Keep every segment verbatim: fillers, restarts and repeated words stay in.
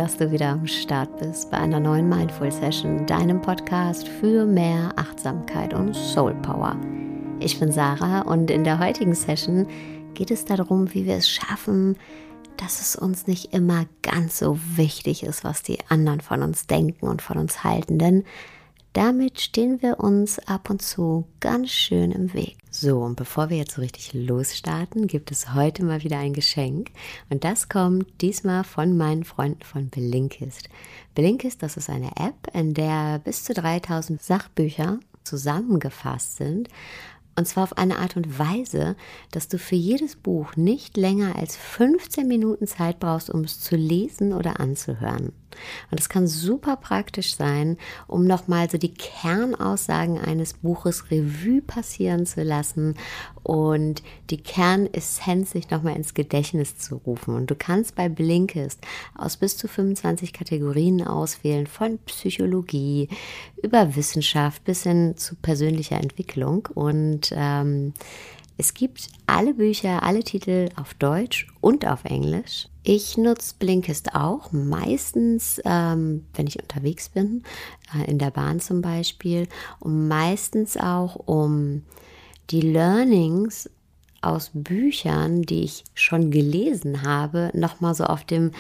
dass du wieder am Start bist bei einer neuen Mindful Session, deinem Podcast für mehr Achtsamkeit und Soul Power. Ich bin Sarah und in der heutigen Session geht es darum, wie wir es schaffen, dass es uns nicht immer ganz so wichtig ist, was die anderen von uns denken und von uns halten, denn damit stehen wir uns ab und zu ganz schön im Weg. So, und bevor wir jetzt so richtig losstarten, gibt es heute mal wieder ein Geschenk. Und das kommt diesmal von meinen Freunden von Blinkist. Blinkist, das ist eine App, in der bis zu dreitausend Sachbücher zusammengefasst sind. Und zwar auf eine Art und Weise, dass du für jedes Buch nicht länger als fünfzehn Minuten Zeit brauchst, um es zu lesen oder anzuhören. Und das kann super praktisch sein, um nochmal so die Kernaussagen eines Buches Revue passieren zu lassen und die Kernessenz sich nochmal ins Gedächtnis zu rufen. Und du kannst bei Blinkist aus bis zu fünfundzwanzig Kategorien auswählen, von Psychologie über Wissenschaft bis hin zu persönlicher Entwicklung. Und ähm, es gibt alle Bücher, alle Titel auf Deutsch und auf Englisch. Ich nutze Blinkist auch, meistens, ähm, wenn ich unterwegs bin, äh, in der Bahn zum Beispiel, und meistens auch, um die Learnings aus Büchern, die ich schon gelesen habe, nochmal so auf dem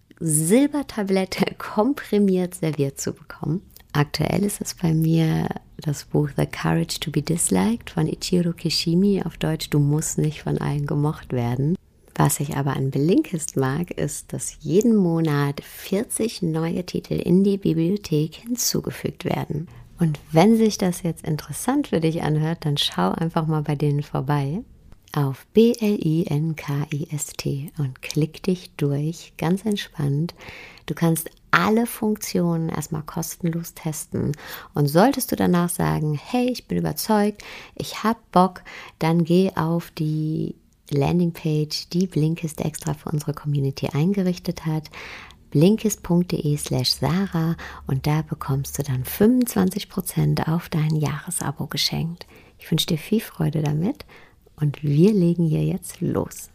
Silbertablett komprimiert serviert zu bekommen. Aktuell ist es bei mir das Buch The Courage to be Disliked von Ichiro Kishimi, auf Deutsch Du musst nicht von allen gemocht werden. Was ich aber an Blinkist mag, ist, dass jeden Monat vierzig neue Titel in die Bibliothek hinzugefügt werden. Und wenn sich das jetzt interessant für dich anhört, dann schau einfach mal bei denen vorbei auf B L I N K I S T und klick dich durch, ganz entspannt. Du kannst alle Funktionen erstmal kostenlos testen und solltest du danach sagen, hey, ich bin überzeugt, ich habe Bock, dann geh auf die Landingpage, die Blinkist extra für unsere Community eingerichtet hat, blinkist.de slash Sarah, und da bekommst du dann fünfundzwanzig Prozent auf dein Jahresabo geschenkt. Ich wünsche dir viel Freude damit und wir legen hier jetzt los.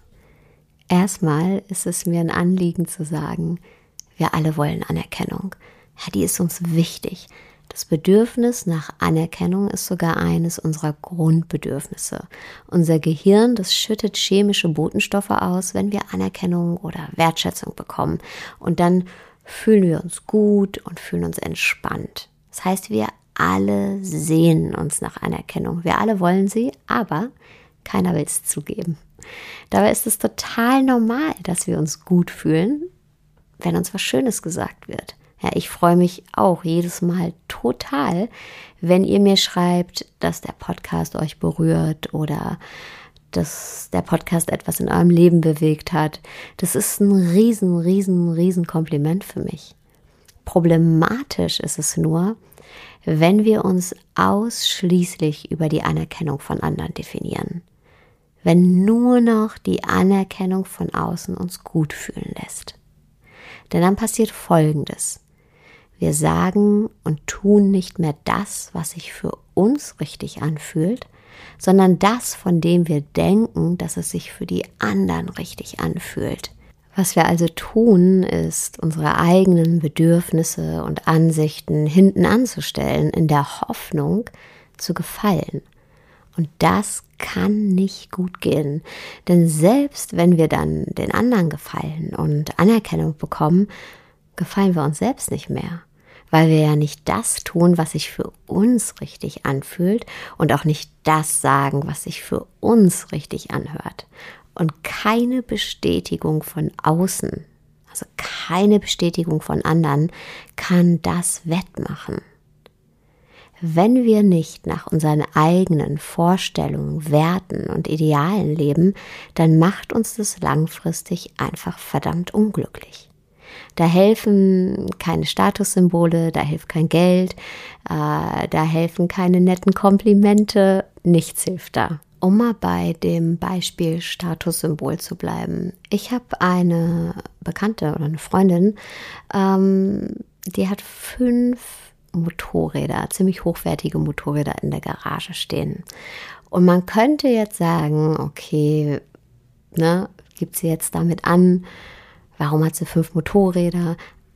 Erstmal ist es mir ein Anliegen zu sagen, wir alle wollen Anerkennung. Ja, die ist uns wichtig. Das Bedürfnis nach Anerkennung ist sogar eines unserer Grundbedürfnisse. Unser Gehirn, das schüttet chemische Botenstoffe aus, wenn wir Anerkennung oder Wertschätzung bekommen. Und dann fühlen wir uns gut und fühlen uns entspannt. Das heißt, wir alle sehnen uns nach Anerkennung. Wir alle wollen sie, aber keiner will es zugeben. Dabei ist es total normal, dass wir uns gut fühlen, wenn uns was Schönes gesagt wird. Ja, ich freue mich auch jedes Mal total, wenn ihr mir schreibt, dass der Podcast euch berührt oder dass der Podcast etwas in eurem Leben bewegt hat. Das ist ein riesen, riesen, riesen Kompliment für mich. Problematisch ist es nur, wenn wir uns ausschließlich über die Anerkennung von anderen definieren. Wenn nur noch die Anerkennung von außen uns gut fühlen lässt. Denn dann passiert Folgendes. Wir sagen und tun nicht mehr das, was sich für uns richtig anfühlt, sondern das, von dem wir denken, dass es sich für die anderen richtig anfühlt. Was wir also tun, ist, unsere eigenen Bedürfnisse und Ansichten hinten anzustellen, in der Hoffnung zu gefallen. Und das kann nicht gut gehen, denn selbst wenn wir dann den anderen gefallen und Anerkennung bekommen, gefallen wir uns selbst nicht mehr, weil wir ja nicht das tun, was sich für uns richtig anfühlt und auch nicht das sagen, was sich für uns richtig anhört. Und keine Bestätigung von außen, also keine Bestätigung von anderen, kann das wettmachen. Wenn wir nicht nach unseren eigenen Vorstellungen, Werten und Idealen leben, dann macht uns das langfristig einfach verdammt unglücklich. Da helfen keine Statussymbole, da hilft kein Geld, äh, da helfen keine netten Komplimente, nichts hilft da. Um mal bei dem Beispiel Statussymbol zu bleiben. Ich habe eine Bekannte oder eine Freundin, ähm, die hat fünf Motorräder, ziemlich hochwertige Motorräder in der Garage stehen. Und man könnte jetzt sagen, okay, ne, gibt sie jetzt damit an, warum hat sie fünf Motorräder?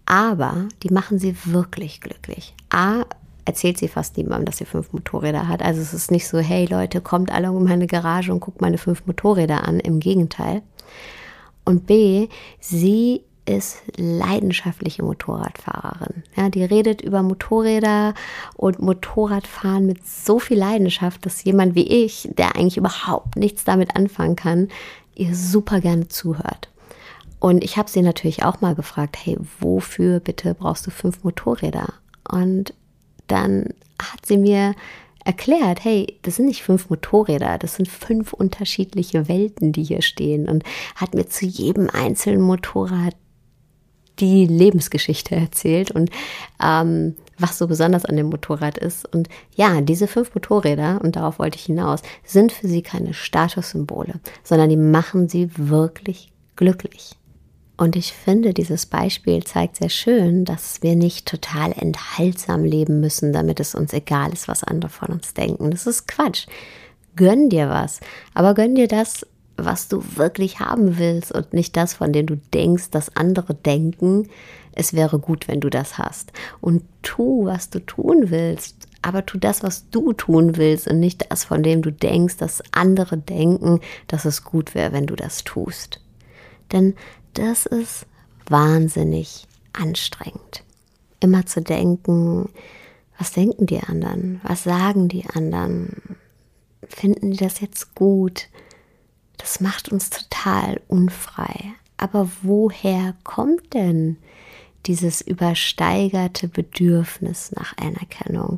aber die machen sie wirklich glücklich. A, erzählt sie fast niemandem, dass sie fünf Motorräder hat. Also es ist nicht so, hey Leute, kommt alle um meine Garage und guckt meine fünf Motorräder an. Im Gegenteil. Und B, sie ist leidenschaftliche Motorradfahrerin. Ja, die redet über Motorräder und Motorradfahren mit so viel Leidenschaft, dass jemand wie ich, der eigentlich überhaupt nichts damit anfangen kann, ihr super gerne zuhört. Und ich habe sie natürlich auch mal gefragt, hey, wofür bitte brauchst du fünf Motorräder? Und dann hat sie mir erklärt, hey, das sind nicht fünf Motorräder, das sind fünf unterschiedliche Welten, die hier stehen, und hat mir zu jedem einzelnen Motorrad die Lebensgeschichte erzählt und ähm, was so besonders an dem Motorrad ist. Und ja, diese fünf Motorräder, und darauf wollte ich hinaus, sind für sie keine Statussymbole, sondern die machen sie wirklich glücklich. Und ich finde, dieses Beispiel zeigt sehr schön, dass wir nicht total enthaltsam leben müssen, damit es uns egal ist, was andere von uns denken. Das ist Quatsch. Gönn dir was, aber gönn dir das, was du wirklich haben willst und nicht das, von dem du denkst, dass andere denken, es wäre gut, wenn du das hast. Und tu, was du tun willst, aber tu das, was du tun willst und nicht das, von dem du denkst, dass andere denken, dass es gut wäre, wenn du das tust. Denn das ist wahnsinnig anstrengend. Immer zu denken, was denken die anderen? Was sagen die anderen? Finden die das jetzt gut? Das macht uns total unfrei. Aber woher kommt denn dieses übersteigerte Bedürfnis nach Anerkennung?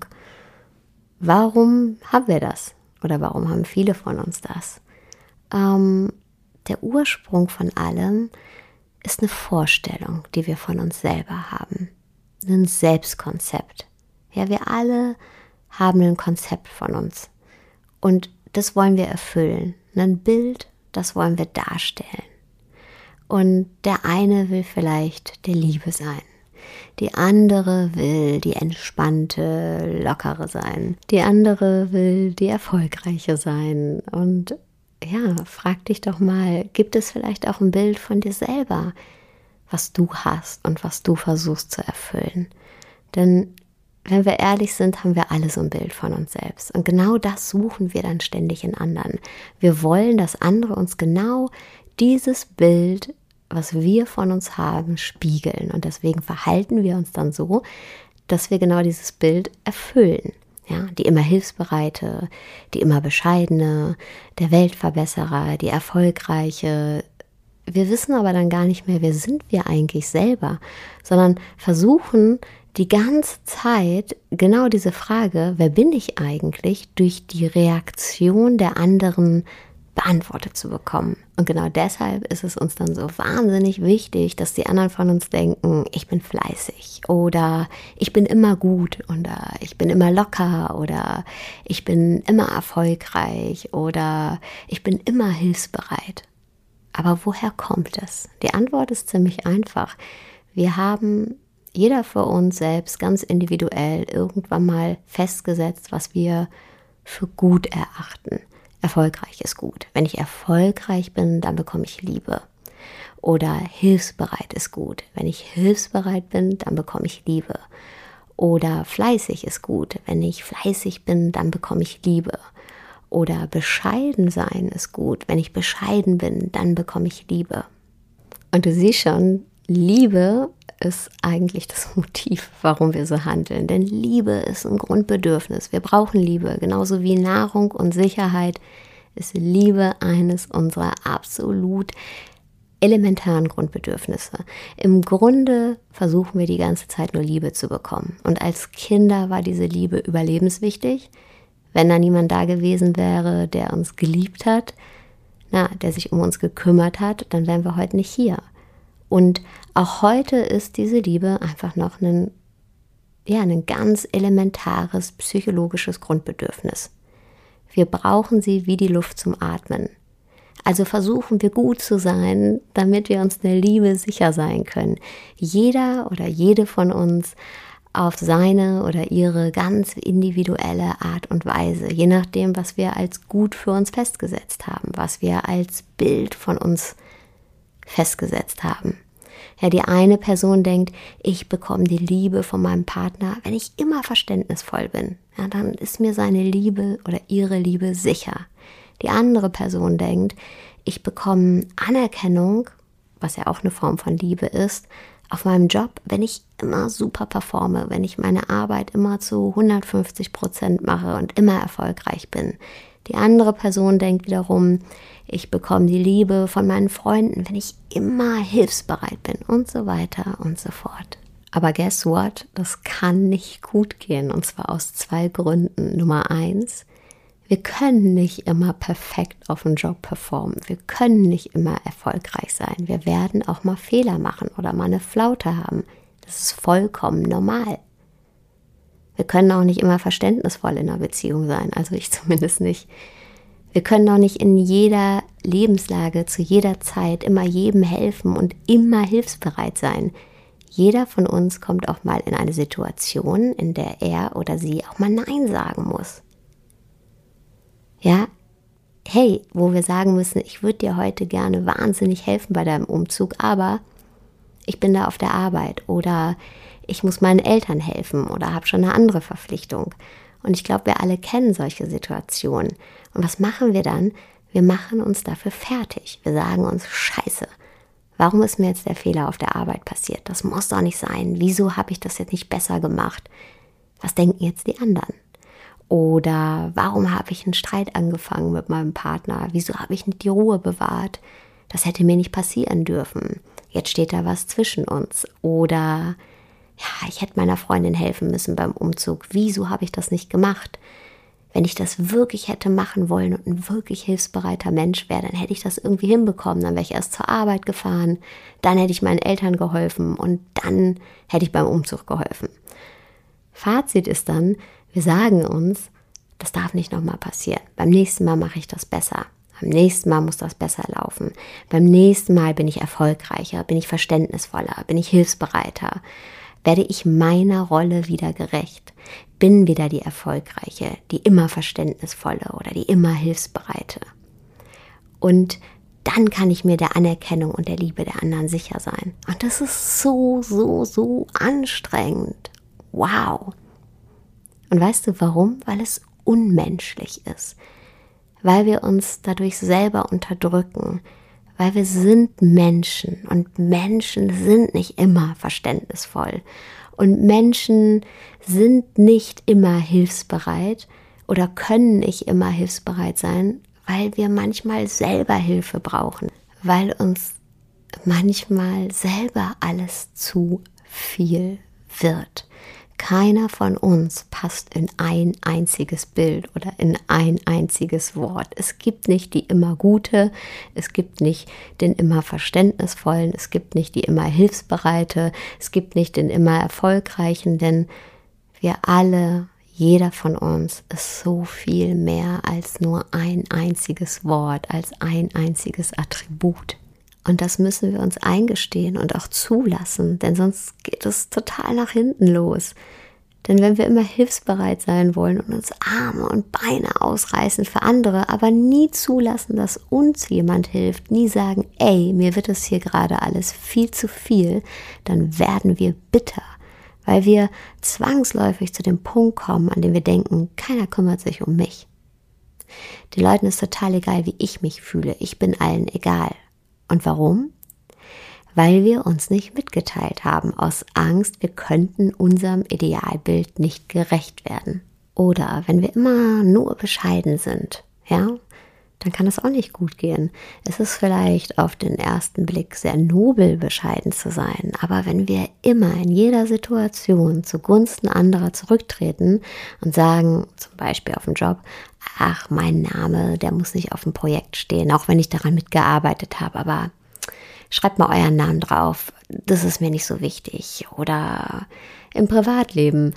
Warum haben wir das? Oder warum haben viele von uns das? Ähm, der Ursprung von allem ist eine Vorstellung, die wir von uns selber haben. Ein Selbstkonzept. Ja, wir alle haben ein Konzept von uns. Und das wollen wir erfüllen. Ein Bild, das wollen wir darstellen. Und der eine will vielleicht der Liebe sein. Die andere will die entspannte, lockere sein. Die andere will die erfolgreiche sein. Und ja, frag dich doch mal, gibt es vielleicht auch ein Bild von dir selber, was du hast und was du versuchst zu erfüllen? Denn wenn wir ehrlich sind, haben wir alle so ein Bild von uns selbst. Und genau das suchen wir dann ständig in anderen. Wir wollen, dass andere uns genau dieses Bild, was wir von uns haben, spiegeln. Und deswegen verhalten wir uns dann so, dass wir genau dieses Bild erfüllen. Ja, die immer Hilfsbereite, die immer Bescheidene, der Weltverbesserer, die Erfolgreiche. Wir wissen aber dann gar nicht mehr, wer sind wir eigentlich selber, sondern versuchen die ganze Zeit genau diese Frage, wer bin ich eigentlich, durch die Reaktion der anderen beantwortet zu bekommen. Und genau deshalb ist es uns dann so wahnsinnig wichtig, dass die anderen von uns denken, ich bin fleißig oder ich bin immer gut oder ich bin immer locker oder ich bin immer erfolgreich oder ich bin immer hilfsbereit. Aber woher kommt es? Die Antwort ist ziemlich einfach. Wir haben, jeder für uns selbst, ganz individuell irgendwann mal festgesetzt, was wir für gut erachten. Erfolgreich ist gut. Wenn ich erfolgreich bin, dann bekomme ich Liebe. Oder hilfsbereit ist gut. Wenn ich hilfsbereit bin, dann bekomme ich Liebe. Oder fleißig ist gut. Wenn ich fleißig bin, dann bekomme ich Liebe. Oder bescheiden sein ist gut. Wenn ich bescheiden bin, dann bekomme ich Liebe. Und du siehst schon, Liebe ist eigentlich das Motiv, warum wir so handeln. Denn Liebe ist ein Grundbedürfnis. Wir brauchen Liebe. Genauso wie Nahrung und Sicherheit ist Liebe eines unserer absolut elementaren Grundbedürfnisse. Im Grunde versuchen wir die ganze Zeit nur Liebe zu bekommen. Und als Kinder war diese Liebe überlebenswichtig. Wenn da niemand da gewesen wäre, der uns geliebt hat, na, der sich um uns gekümmert hat, dann wären wir heute nicht hier. Und auch heute ist diese Liebe einfach noch ein, ja, ein ganz elementares psychologisches Grundbedürfnis. Wir brauchen sie wie die Luft zum Atmen. Also versuchen wir gut zu sein, damit wir uns der Liebe sicher sein können. Jeder oder jede von uns auf seine oder ihre ganz individuelle Art und Weise, je nachdem, was wir als gut für uns festgesetzt haben, was wir als Bild von uns festgesetzt haben. Ja, die eine Person denkt, ich bekomme die Liebe von meinem Partner, wenn ich immer verständnisvoll bin. Ja, dann ist mir seine Liebe oder ihre Liebe sicher. Die andere Person denkt, ich bekomme Anerkennung, was ja auch eine Form von Liebe ist, auf meinem Job, wenn ich immer super performe, wenn ich meine Arbeit immer zu hundertfünfzig Prozent mache und immer erfolgreich bin. Die andere Person denkt wiederum, ich bekomme die Liebe von meinen Freunden, wenn ich immer hilfsbereit bin und so weiter und so fort. Aber guess what? Das kann nicht gut gehen, und zwar aus zwei Gründen. Nummer eins, wir können nicht immer perfekt auf dem Job performen. Wir können nicht immer erfolgreich sein. Wir werden auch mal Fehler machen oder mal eine Flaute haben. Das ist vollkommen normal. Wir können auch nicht immer verständnisvoll in einer Beziehung sein, also ich zumindest nicht. Wir können auch nicht in jeder Lebenslage, zu jeder Zeit immer jedem helfen und immer hilfsbereit sein. Jeder von uns kommt auch mal in eine Situation, in der er oder sie auch mal Nein sagen muss. Ja, hey, wo wir sagen müssen, ich würde dir heute gerne wahnsinnig helfen bei deinem Umzug, aber ich bin da auf der Arbeit oder ich muss meinen Eltern helfen oder habe schon eine andere Verpflichtung. Und ich glaube, wir alle kennen solche Situationen. Und was machen wir dann? Wir machen uns dafür fertig. Wir sagen uns, Scheiße, warum ist mir jetzt der Fehler auf der Arbeit passiert? Das muss doch nicht sein. Wieso habe ich das jetzt nicht besser gemacht? Was denken jetzt die anderen? Oder warum habe ich einen Streit angefangen mit meinem Partner? Wieso habe ich nicht die Ruhe bewahrt? Das hätte mir nicht passieren dürfen. Jetzt steht da was zwischen uns. Oder ja, ich hätte meiner Freundin helfen müssen beim Umzug. Wieso habe ich das nicht gemacht? Wenn ich das wirklich hätte machen wollen und ein wirklich hilfsbereiter Mensch wäre, dann hätte ich das irgendwie hinbekommen. Dann wäre ich erst zur Arbeit gefahren, dann hätte ich meinen Eltern geholfen und dann hätte ich beim Umzug geholfen. Fazit ist dann, wir sagen uns, das darf nicht nochmal passieren. Beim nächsten Mal mache ich das besser. Beim nächsten Mal muss das besser laufen. Beim nächsten Mal bin ich erfolgreicher, bin ich verständnisvoller, bin ich hilfsbereiter. Werde ich meiner Rolle wieder gerecht? Bin wieder die Erfolgreiche, die immer verständnisvolle oder die immer hilfsbereite? Und dann kann ich mir der Anerkennung und der Liebe der anderen sicher sein. Und das ist so, so, so anstrengend. Wow. Und weißt du warum? Weil es unmenschlich ist. Weil wir uns dadurch selber unterdrücken. Weil wir sind Menschen und Menschen sind nicht immer verständnisvoll und Menschen sind nicht immer hilfsbereit oder können nicht immer hilfsbereit sein, weil wir manchmal selber Hilfe brauchen, weil uns manchmal selber alles zu viel wird. Keiner von uns passt in ein einziges Bild oder in ein einziges Wort. Es gibt nicht die immer Gute, es gibt nicht den immer Verständnisvollen, es gibt nicht die immer Hilfsbereite, es gibt nicht den immer Erfolgreichen, denn wir alle, jeder von uns ist so viel mehr als nur ein einziges Wort, als ein einziges Attribut. Und das müssen wir uns eingestehen und auch zulassen, denn sonst geht es total nach hinten los. Denn wenn wir immer hilfsbereit sein wollen und uns Arme und Beine ausreißen für andere, aber nie zulassen, dass uns jemand hilft, nie sagen, ey, mir wird es hier gerade alles viel zu viel, dann werden wir bitter, weil wir zwangsläufig zu dem Punkt kommen, an dem wir denken, keiner kümmert sich um mich. Den Leuten ist total egal, wie ich mich fühle, ich bin allen egal. Und warum? Weil wir uns nicht mitgeteilt haben, aus Angst, wir könnten unserem Idealbild nicht gerecht werden. Oder wenn wir immer nur bescheiden sind, ja, dann kann es auch nicht gut gehen. Es ist vielleicht auf den ersten Blick sehr nobel, bescheiden zu sein, aber wenn wir immer in jeder Situation zugunsten anderer zurücktreten und sagen, zum Beispiel auf dem Job, ach, mein Name, der muss nicht auf dem Projekt stehen, auch wenn ich daran mitgearbeitet habe, aber schreibt mal euren Namen drauf, das ist mir nicht so wichtig. Oder im Privatleben,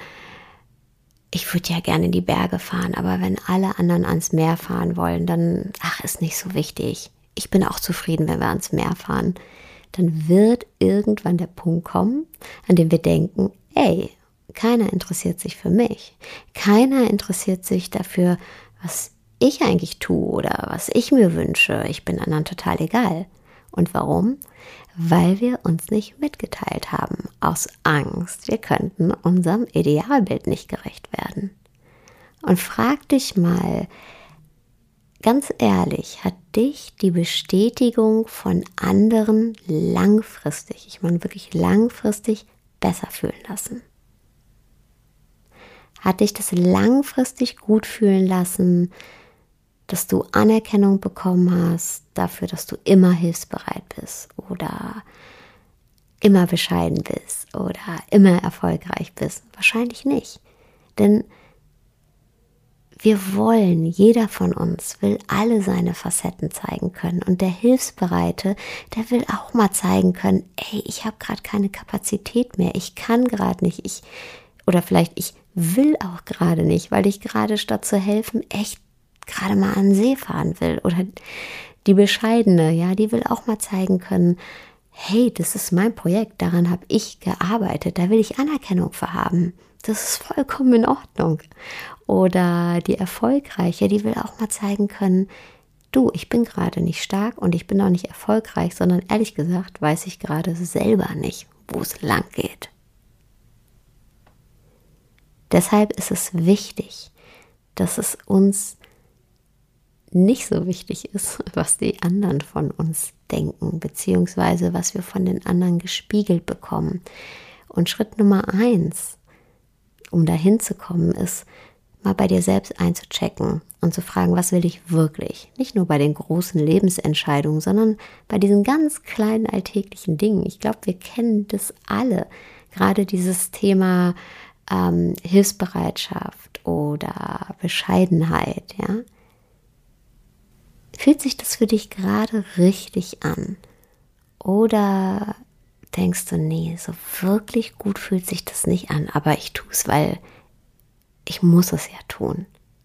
ich würde ja gerne in die Berge fahren, aber wenn alle anderen ans Meer fahren wollen, dann, ach, ist nicht so wichtig. Ich bin auch zufrieden, wenn wir ans Meer fahren. Dann wird irgendwann der Punkt kommen, an dem wir denken, ey, keiner interessiert sich für mich. Keiner interessiert sich dafür, was ich eigentlich tue oder was ich mir wünsche. Ich bin anderen total egal. Und warum? Weil wir uns nicht mitgeteilt haben, aus Angst, wir könnten unserem Idealbild nicht gerecht werden. Und frag dich mal, ganz ehrlich, hat dich die Bestätigung von anderen langfristig, ich meine wirklich langfristig, besser fühlen lassen? Hat dich das langfristig gut fühlen lassen, dass du Anerkennung bekommen hast dafür, dass du immer hilfsbereit bist oder immer bescheiden bist oder immer erfolgreich bist? Wahrscheinlich nicht, denn wir wollen, jeder von uns will alle seine Facetten zeigen können. Und der Hilfsbereite, der will auch mal zeigen können, ey, ich habe gerade keine Kapazität mehr, ich kann gerade nicht, ich oder vielleicht ich will auch gerade nicht, weil ich gerade statt zu helfen echt gerade mal an den See fahren will. Oder die Bescheidene, ja, die will auch mal zeigen können, hey, das ist mein Projekt, daran habe ich gearbeitet, da will ich Anerkennung für haben. Das ist vollkommen in Ordnung. Oder die Erfolgreiche, die will auch mal zeigen können, du, ich bin gerade nicht stark und ich bin auch nicht erfolgreich, sondern ehrlich gesagt weiß ich gerade selber nicht, wo es lang geht. Deshalb ist es wichtig, dass es uns nicht so wichtig ist, was die anderen von uns denken, beziehungsweise was wir von den anderen gespiegelt bekommen. Und Schritt Nummer eins, um dahin zu kommen, ist, mal bei dir selbst einzuchecken und zu fragen, was will ich wirklich? Nicht nur bei den großen Lebensentscheidungen, sondern bei diesen ganz kleinen alltäglichen Dingen. Ich glaube, wir kennen das alle. Gerade dieses Thema ähm, Hilfsbereitschaft oder Bescheidenheit, ja. Fühlt sich das für dich gerade richtig an? Oder denkst du, nee, so wirklich gut fühlt sich das nicht an, aber ich tue es, weil ich muss es ja tun.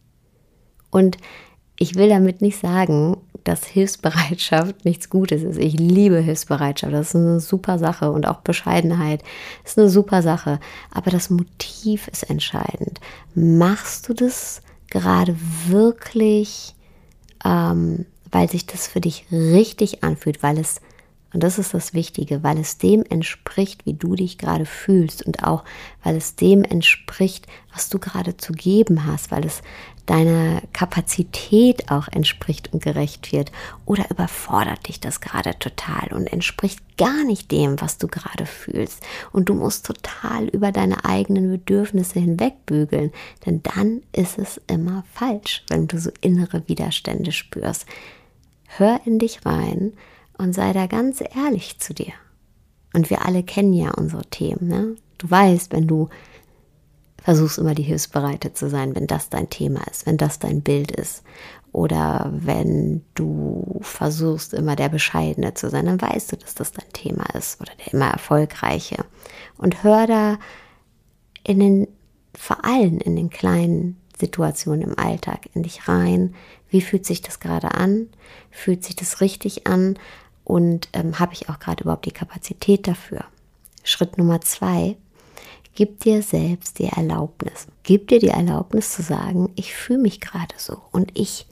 Und ich will damit nicht sagen, dass Hilfsbereitschaft nichts Gutes ist. Ich liebe Hilfsbereitschaft, das ist eine super Sache und auch Bescheidenheit ist eine super Sache. Aber das Motiv ist entscheidend. Machst du das gerade wirklich, ähm, weil sich das für dich richtig anfühlt, weil es, und das ist das Wichtige, weil es dem entspricht, wie du dich gerade fühlst und auch, weil es dem entspricht, was du gerade zu geben hast, weil es deiner Kapazität auch entspricht und gerecht wird, oder überfordert dich das gerade total und entspricht gar nicht dem, was du gerade fühlst und du musst total über deine eigenen Bedürfnisse hinwegbügeln, denn dann ist es immer falsch, wenn du so innere Widerstände spürst. Hör in dich rein und sei da ganz ehrlich zu dir. Und wir alle kennen ja unsere Themen, ne? Du weißt, wenn du versuchst immer die Hilfsbereite zu sein, wenn das dein Thema ist, wenn das dein Bild ist. Oder wenn du versuchst, immer der Bescheidene zu sein, dann weißt du, dass das dein Thema ist oder der immer Erfolgreiche. Und hör da in den, vor allem in den kleinen Situationen im Alltag in dich rein. Wie fühlt sich das gerade an? Fühlt sich das richtig an? Und ähm, habe ich auch gerade überhaupt die Kapazität dafür? Schritt Nummer zwei. Gib dir selbst die Erlaubnis. Gib dir die Erlaubnis zu sagen, ich fühle mich gerade so und ich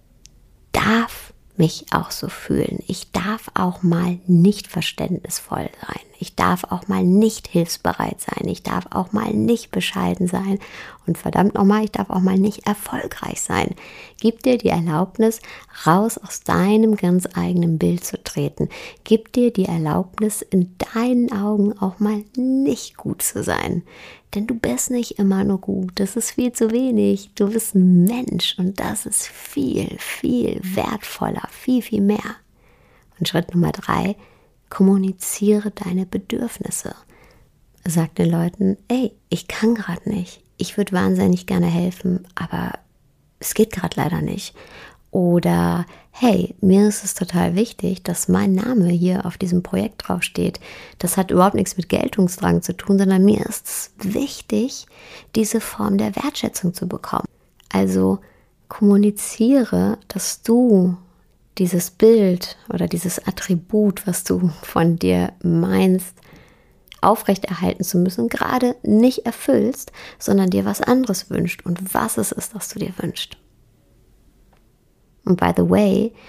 darf mich auch so fühlen. Ich darf auch mal nicht verständnisvoll sein. Ich darf auch mal nicht hilfsbereit sein. Ich darf auch mal nicht bescheiden sein. Und verdammt nochmal, ich darf auch mal nicht erfolgreich sein. Gib dir die Erlaubnis, raus aus deinem ganz eigenen Bild zu treten. Gib dir die Erlaubnis, in deinen Augen auch mal nicht gut zu sein. Denn du bist nicht immer nur gut. Das ist viel zu wenig. Du bist ein Mensch und das ist viel, viel wertvoller, viel, viel mehr. Und Schritt Nummer drei, kommuniziere deine Bedürfnisse. Sag den Leuten, ey, ich kann gerade nicht. Ich würde wahnsinnig gerne helfen, aber es geht gerade leider nicht. Oder, hey, mir ist es total wichtig, dass mein Name hier auf diesem Projekt draufsteht. Das hat überhaupt nichts mit Geltungsdrang zu tun, sondern mir ist es wichtig, diese Form der Wertschätzung zu bekommen. Also kommuniziere, dass du dieses Bild oder dieses Attribut, was du von dir meinst, aufrechterhalten zu müssen, gerade nicht erfüllst, sondern dir was anderes wünscht und was es ist, das du dir wünschst. Und by the way,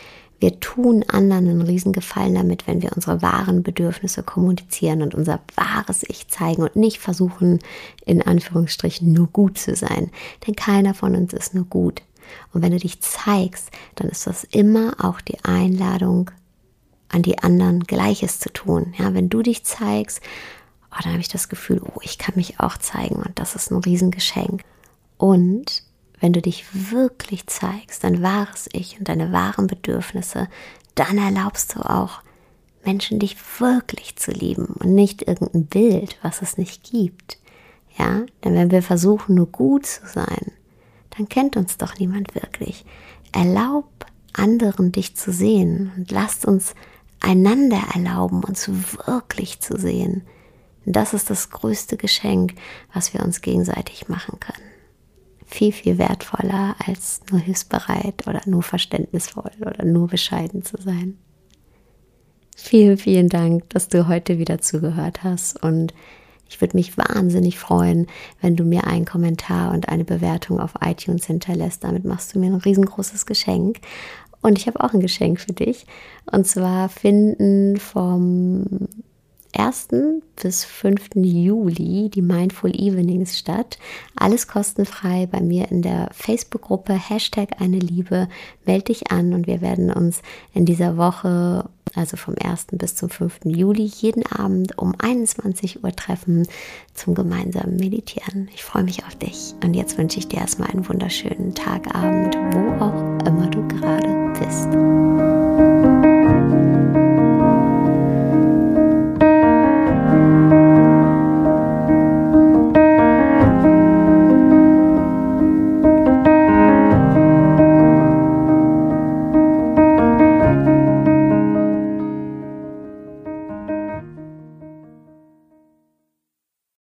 Wir tun anderen einen Riesengefallen damit, wenn wir unsere wahren Bedürfnisse kommunizieren und unser wahres Ich zeigen und nicht versuchen, in Anführungsstrichen nur gut zu sein. Denn keiner von uns ist nur gut. Und wenn du dich zeigst, dann ist das immer auch die Einladung an die anderen, Gleiches zu tun. Ja, wenn du dich zeigst, oh, dann habe ich das Gefühl, oh, ich kann mich auch zeigen und das ist ein Riesengeschenk. Und wenn du dich wirklich zeigst, dein wahres Ich und deine wahren Bedürfnisse, dann erlaubst du auch, Menschen dich wirklich zu lieben und nicht irgendein Bild, was es nicht gibt. Ja, denn wenn wir versuchen, nur gut zu sein, dann kennt uns doch niemand wirklich. Erlaub anderen, dich zu sehen und lasst uns einander erlauben, uns wirklich zu sehen. Das ist das größte Geschenk, was wir uns gegenseitig machen können. Viel, viel wertvoller als nur hilfsbereit oder nur verständnisvoll oder nur bescheiden zu sein. Vielen, vielen Dank, dass du heute wieder zugehört hast und ich würde mich wahnsinnig freuen, wenn du mir einen Kommentar und eine Bewertung auf iTunes hinterlässt. Damit machst du mir ein riesengroßes Geschenk. Und ich habe auch ein Geschenk für dich. Und zwar finden vom ersten bis fünften Juli die Mindful Evenings statt. Alles kostenfrei bei mir in der Facebook-Gruppe Hashtag eine Liebe. Meld dich an und wir werden uns in dieser Woche, also vom ersten bis zum fünften Juli, jeden Abend um einundzwanzig Uhr treffen zum gemeinsamen Meditieren. Ich freue mich auf dich und jetzt wünsche ich dir erstmal einen wunderschönen Tag, Abend, wo auch immer du gerade bist.